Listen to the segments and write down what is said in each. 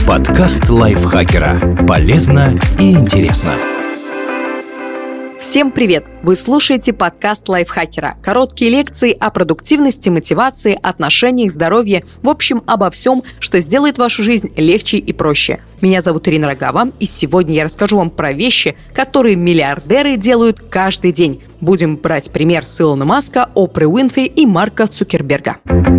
Подкаст лайфхакера. Полезно и интересно. Всем привет! Вы слушаете подкаст лайфхакера. Короткие лекции о продуктивности, мотивации, отношениях, здоровье. В общем, обо всем, что сделает вашу жизнь легче и проще. Меня зовут Ирина Рогава, и сегодня я расскажу вам про вещи, которые миллиардеры делают каждый день. Будем брать пример с Илона Маска, Опры Уинфри и Марка Цукерберга.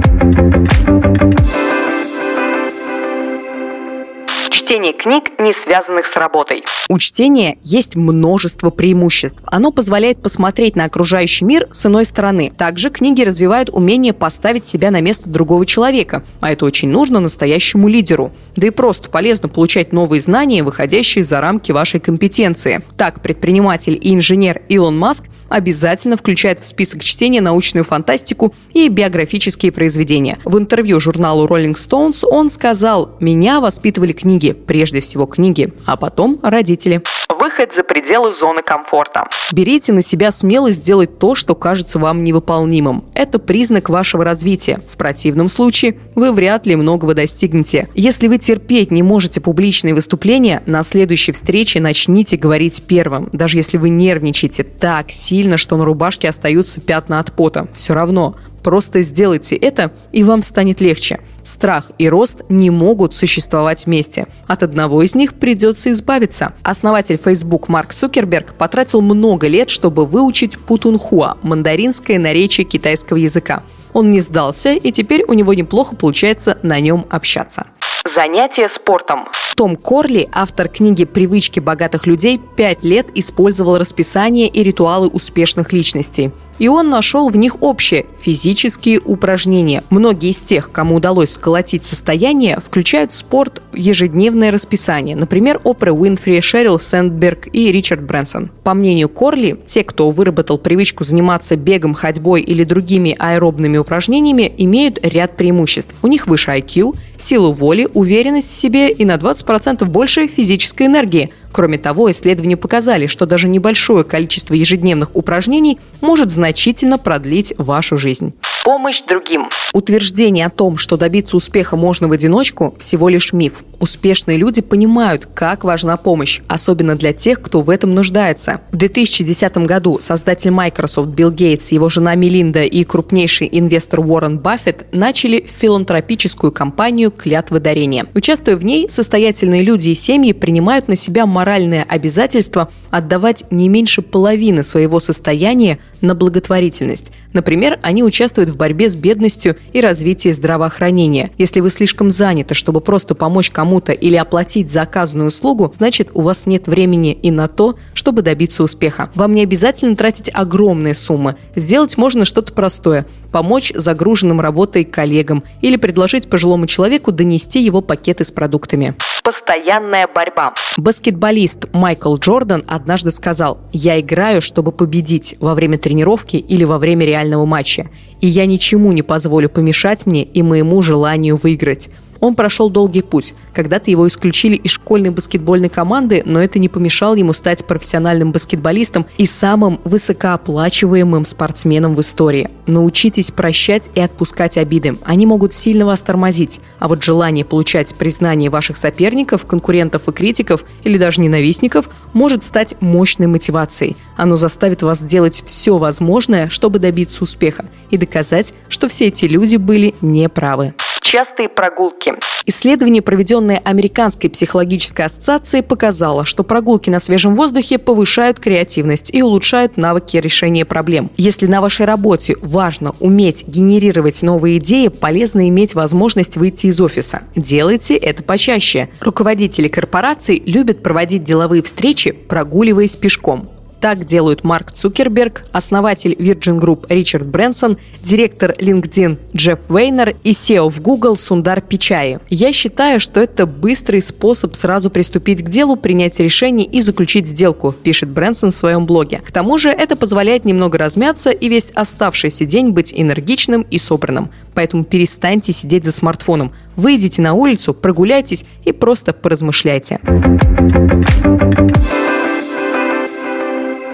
Чтение книг, не связанных с работой. У чтения есть множество преимуществ. Оно позволяет посмотреть на окружающий мир с иной стороны. Также книги развивают умение поставить себя на место другого человека, а это очень нужно настоящему лидеру. Да и просто полезно получать новые знания, выходящие за рамки вашей компетенции. Так, предприниматель и инженер Илон Маск обязательно включает в список чтения научную фантастику и биографические произведения. В интервью журналу Rolling Stones он сказал: «Меня воспитывали книги, прежде всего книги, а потом родители». Выход за пределы зоны комфорта. Берите на себя смелость сделать то, что кажется вам невыполнимым. Это признак вашего развития. В противном случае вы вряд ли многого достигнете. Если вы терпеть не можете публичные выступления, на следующей встрече начните говорить первым. Даже если вы нервничаете так сильно, что на рубашке остаются пятна от пота. Все равно. Просто сделайте это, и вам станет легче. Страх и рост не могут существовать вместе. От одного из них придется избавиться. Основатель Facebook Марк Цукерберг потратил много лет, чтобы выучить путунхуа – мандаринское наречие китайского языка. Он не сдался, и теперь у него неплохо получается на нем общаться. Занятие спортом. Том Корли, автор книги «Привычки богатых людей», 5 лет использовал расписание и ритуалы успешных личностей. И он нашел в них общее – физические упражнения. Многие из тех, кому удалось сколотить состояние, включают спорт в ежедневное расписание. Например, Опра Уинфри, Шерил Сэндберг и Ричард Брэнсон. По мнению Корли, те, кто выработал привычку заниматься бегом, ходьбой или другими аэробными упражнениями, имеют ряд преимуществ. У них выше IQ, силу воли, уверенность в себе и на 20% больше физической энергии. Кроме того, исследования показали, что даже небольшое количество ежедневных упражнений может значительно продлить вашу жизнь. Помощь другим. Утверждение о том, что добиться успеха можно в одиночку, всего лишь миф. Успешные люди понимают, как важна помощь, особенно для тех, кто в этом нуждается. В 2010 году создатель Microsoft Билл Гейтс, его жена Мелинда и крупнейший инвестор Уоррен Баффет начали филантропическую кампанию «Клятва дарения». Участвуя в ней, состоятельные люди и семьи принимают на себя моральное обязательство отдавать не меньше половины своего состояния на благотворительность. Например, они участвуют в борьбе с бедностью и развитии здравоохранения. Если вы слишком заняты, чтобы просто помочь кому-то или оплатить за оказанную услугу, значит, у вас нет времени и на то, чтобы добиться успеха. Вам не обязательно тратить огромные суммы. Сделать можно что-то простое – помочь загруженным работой коллегам или предложить пожилому человеку донести его пакеты с продуктами. Постоянная борьба. Баскетболист Майкл Джордан однажды сказал: «Я играю, чтобы победить во время тренировки или во время реального матча, и я ничему не позволю помешать мне и моему желанию выиграть». Он прошел долгий путь. Когда-то его исключили из школьной баскетбольной команды, но это не помешало ему стать профессиональным баскетболистом и самым высокооплачиваемым спортсменом в истории. Научитесь прощать и отпускать обиды. Они могут сильно вас тормозить. А вот желание получать признание ваших соперников, конкурентов и критиков или даже ненавистников может стать мощной мотивацией. Оно заставит вас делать все возможное, чтобы добиться успеха и доказать, что все эти люди были неправы. Частые прогулки. Исследование, проведенное Американской психологической ассоциацией, показало, что прогулки на свежем воздухе повышают креативность и улучшают навыки решения проблем. Если на вашей работе важно уметь генерировать новые идеи, полезно иметь возможность выйти из офиса. Делайте это почаще. Руководители корпораций любят проводить деловые встречи, прогуливаясь пешком. Так делают Марк Цукерберг, основатель Virgin Group Ричард Брэнсон, директор LinkedIn Джефф Вейнер и SEO в Google Сундар Пичай. Я считаю, что это быстрый способ сразу приступить к делу, принять решение и заключить сделку, пишет Брэнсон в своем блоге. К тому же это позволяет немного размяться и весь оставшийся день быть энергичным и собранным. Поэтому перестаньте сидеть за смартфоном. Выйдите на улицу, прогуляйтесь и просто поразмышляйте.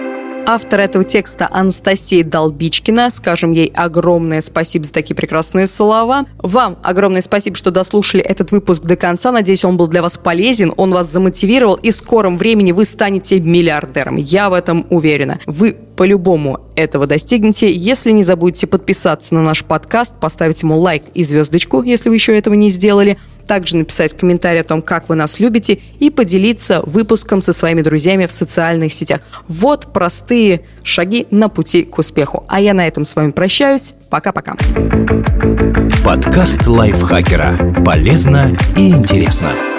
Автор этого текста Анастасия Долбичкина. Скажем ей огромное спасибо за такие прекрасные слова. Вам огромное спасибо, что дослушали этот выпуск до конца. Надеюсь, он был для вас полезен, он вас замотивировал, и в скором времени вы станете миллиардером. Я в этом уверена. Вы по-любому этого достигнете, если не забудете подписаться на наш подкаст, поставить ему лайк и звездочку, если вы еще этого не сделали, также написать комментарий о том, как вы нас любите, и поделиться выпуском со своими друзьями в социальных сетях. Вот простые шаги на пути к успеху. А я на этом с вами прощаюсь. Пока-пока. Подкаст лайфхакера. Полезно и интересно.